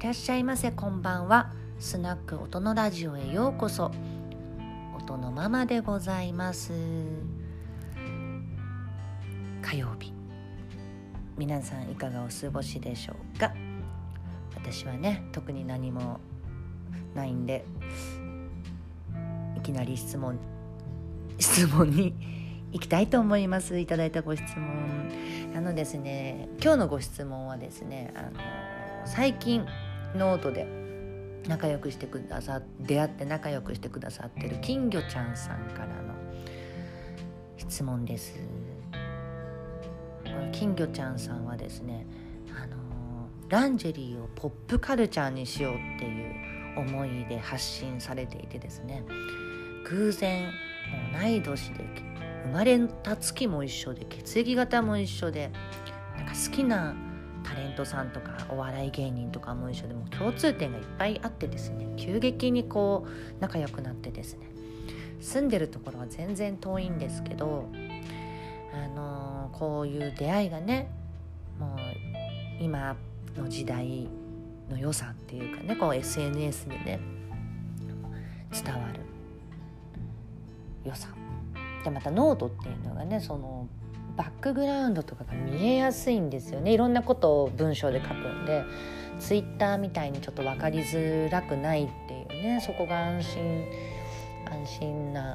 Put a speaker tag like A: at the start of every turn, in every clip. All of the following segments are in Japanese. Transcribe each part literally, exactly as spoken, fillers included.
A: らっしゃいませ、こんばんは。スナック音のラジオへようこそ。音のママでございます。火曜日、皆さんいかがお過ごしでしょうか。私はね、特に何もないんで、いきなり質問質問に行きたいと思います。いただいたご質問、あのですね今日のご質問はですね、あの最近ノートで仲良くしてくださ出会って仲良くしてくださってる金魚ちゃんさんからの質問です。この金魚ちゃんさんはですね、あのランジェリーをポップカルチャーにしようっていう思いで発信されていてですね、偶然もう同い年で生まれた月も一緒で血液型も一緒で、なんか好きなタレントさんとかお笑い芸人とかも一緒で、もう共通点がいっぱいあってですね、急激にこう仲良くなってですね、住んでるところは全然遠いんですけど、あのー、こういう出会いがね、もう今の時代の良さっていうかね、こう エスエヌエス でね伝わる良さで、またノートっていうのがね、そのバックグラウンドとかが見えやすいんですよね。いろんなことを文章で書くんで、ツイッターみたいにちょっと分かりづらくないっていうね、そこが安心安心な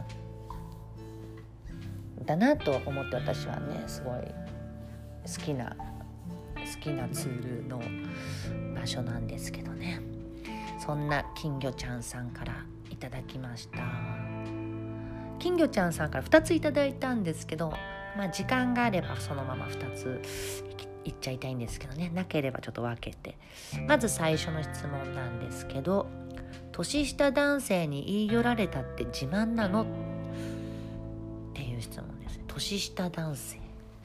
A: だなと思って、私はねすごい好きな好きなツールの場所なんですけどね。そんな金魚ちゃんさんからいただきました。金魚ちゃんさんからふたついただいたんですけど、まあ時間があればそのままふたついっちゃいたいんですけどね、なければちょっと分けて。まず最初の質問なんですけど、年下男性に言い寄られたって自慢なのっていう質問です。年下男性、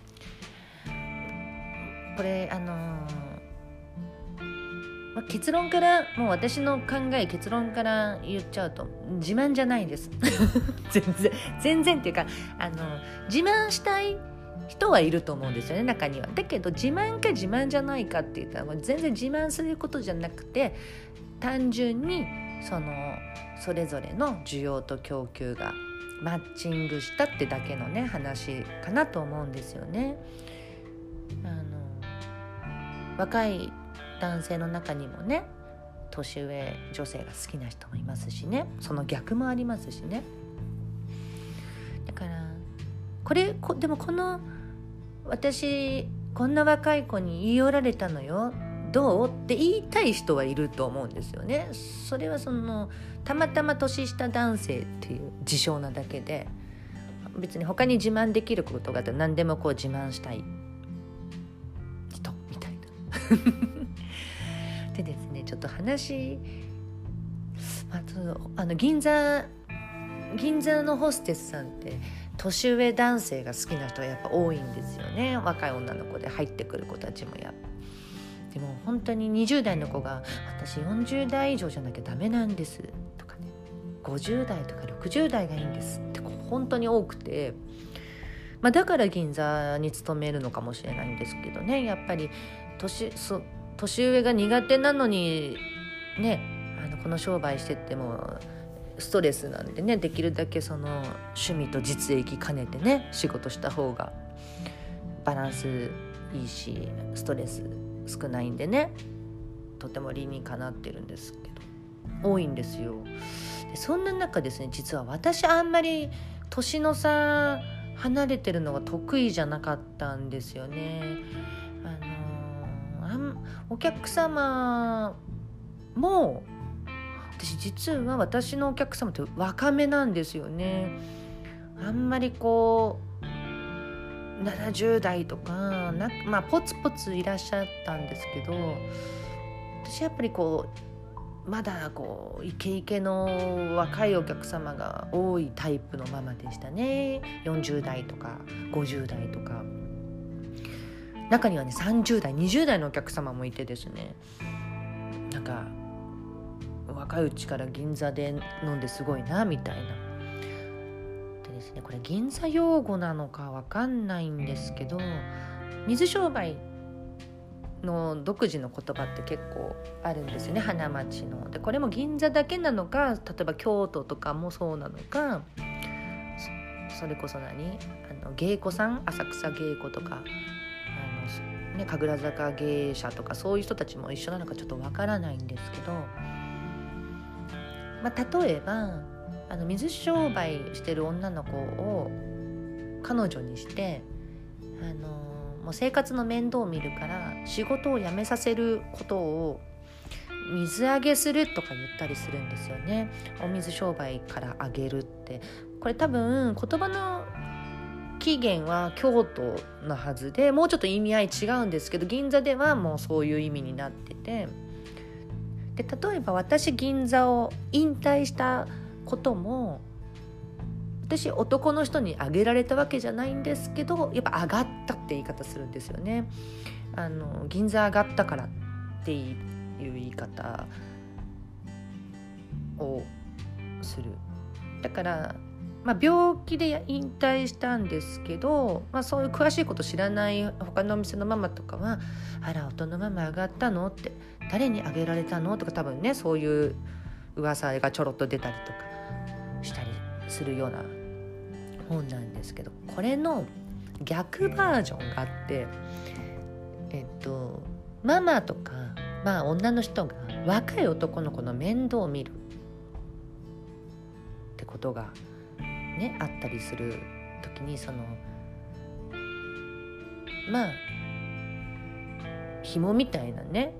A: これあのーまあ、結論からもう私の考え結論から言っちゃうと自慢じゃないです全然全然っていうか、あの自慢したい人はいると思うんですよね、中には。だけど自慢か自慢じゃないかって言ったら全然自慢することじゃなくて、単純にそのそれぞれの需要と供給がマッチングしたってだけのね話かなと思うんですよね。あの若い男性の中にもね、年上女性が好きな人もいますしね、その逆もありますしね。だからこれこでもこの私こんな若い子に言い寄られたのよどうって言いたい人はいると思うんですよね。それはそのたまたま年下男性っていう事象なだけで、別に他に自慢できることがあったら何でもこう自慢したい人みたいなでですね、ちょっと話、あとあの銀座銀座のホステスさんって年上男性が好きな人はやっぱ多いんですよね。若い女の子で入ってくる子たちもやっぱ。でも本当ににじゅう代の子が私よんじゅう代以上じゃなきゃダメなんですとかね、ごじゅう代とかろくじゅう代がいいんですって本当に多くて、まあ、だから銀座に勤めるのかもしれないんですけどね。やっぱり年そ年上が苦手なのにね、あのこの商売してってもストレスなんでね、できるだけその趣味と実益兼ねてね仕事した方がバランスいいしストレス少ないんでね、とても理にかなってるんですけど多いんですよ。でそんな中ですね、実は私あんまり年の差離れてるのが得意じゃなかったんですよね。あのお客様も私実は私のお客様って若めなんですよね。あんまりこうななじゅう代とかな、まあポツポツいらっしゃったんですけど、私やっぱりこうまだこうイケイケの若いお客様が多いタイプのママでしたね。よんじゅう代とかごじゅう代とか、中にはねさんじゅう代にじゅう代のお客様もいてですね、なんか若いうちから銀座で飲んですごいなみたいな。でですね、これ銀座用語なのかわかんないんですけど、水商売の独自の言葉って結構あるんですよね、花街の。でこれも銀座だけなのか、例えば京都とかもそうなのか、 そ, それこそ何あの芸妓さん、浅草芸妓とかあの、ね、神楽坂芸者とかそういう人たちも一緒なのかちょっとわからないんですけど、まあ、例えばあの水商売してる女の子を彼女にしてあのもう生活の面倒を見るから仕事を辞めさせることを水揚げするとか言ったりするんですよね。お水商売からあげるって、これ多分言葉の起源は京都のはずで、もうちょっと意味合い違うんですけど、銀座ではもうそういう意味になってて、で例えば私銀座を引退したことも、私男の人にあげられたわけじゃないんですけど、やっぱ上がったって言い方するんですよね。あの銀座上がったからっていう言い方をする。だから、まあ、病気で引退したんですけど、まあ、そういう詳しいこと知らない他のお店のママとかは、あら音のママ上がったのって、誰にあげられたのとか、多分ねそういう噂がちょろっと出たりとかしたりするような本なんですけど、これの逆バージョンがあって、えっとママとか、まあ女の人が若い男の子の面倒を見るってことがねあったりする時に、そのまあ紐みたいなね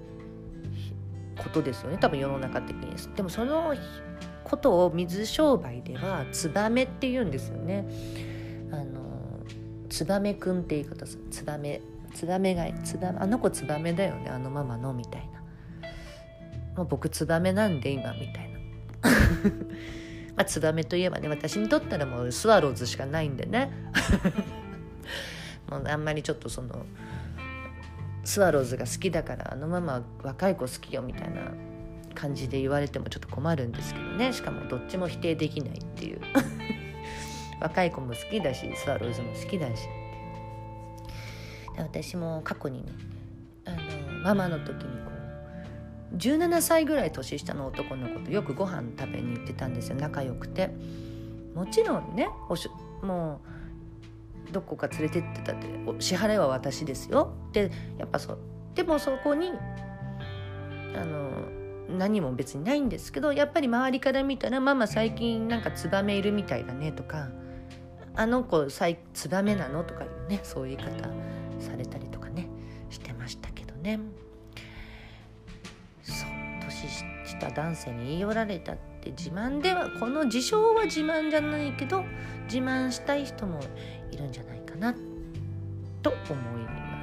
A: ことですよね、多分世の中的に。でもそのことを水商売ではツバメって言うんですよね。あのツバメくんって言い方する。ツバメツバメがツバあの子ツバメだよね、あのママのみたいな。もう僕ツバメなんで今みたいなまあツバメといえばね、私にとったらもうスワローズしかないんでねもうあんまりちょっとそのスワローズが好きだからあのママ若い子好きよみたいな感じで言われてもちょっと困るんですけどね。しかもどっちも否定できないっていう若い子も好きだしスワローズも好きだし、私も過去にねあのママの時にこうじゅうななさいぐらい年下の男の子とよくご飯食べに行ってたんですよ、仲良くて。もちろんねおしもうどこか連れてってたって支払いは私ですよ。でやっぱそうでもそこにあの何も別にないんですけど、やっぱり周りから見たらママ最近なんかツバメいるみたいだねとか、あの子ツバメなのとかいうね、そういう言い方されたりとかねしてましたけどね。そう年下男性に言い寄られたって自慢では、この自称は自慢じゃないけど自慢したい人もいるんじゃないかなと思います。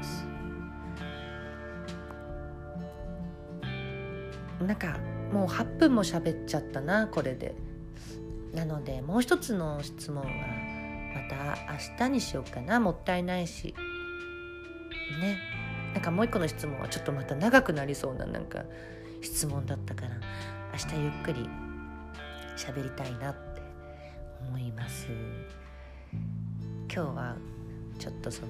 A: なんかもうはっぷんも喋っちゃったなこれで。なのでもう一つの質問はまた明日にしようかな。もったいないしね。なんかもう一個の質問はちょっとまた長くなりそうななんか質問だったから、明日ゆっくり喋りたいなって思います。今日はちょっとその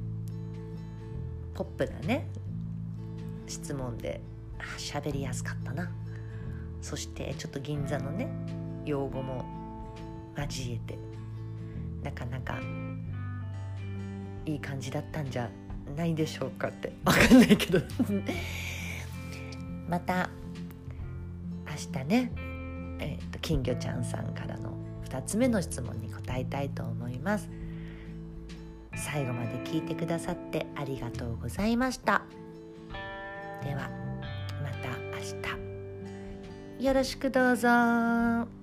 A: ポップなね質問で喋りやすかったな。そしてちょっと銀座のね用語も交えてなかなかいい感じだったんじゃないでしょうかってわかんないけどまた明日ね、えーと、金魚ちゃんさんからのふたつめの質問に答えたいと思います。最後まで聞いてくださってありがとうございました。ではまた明日よろしくどうぞ。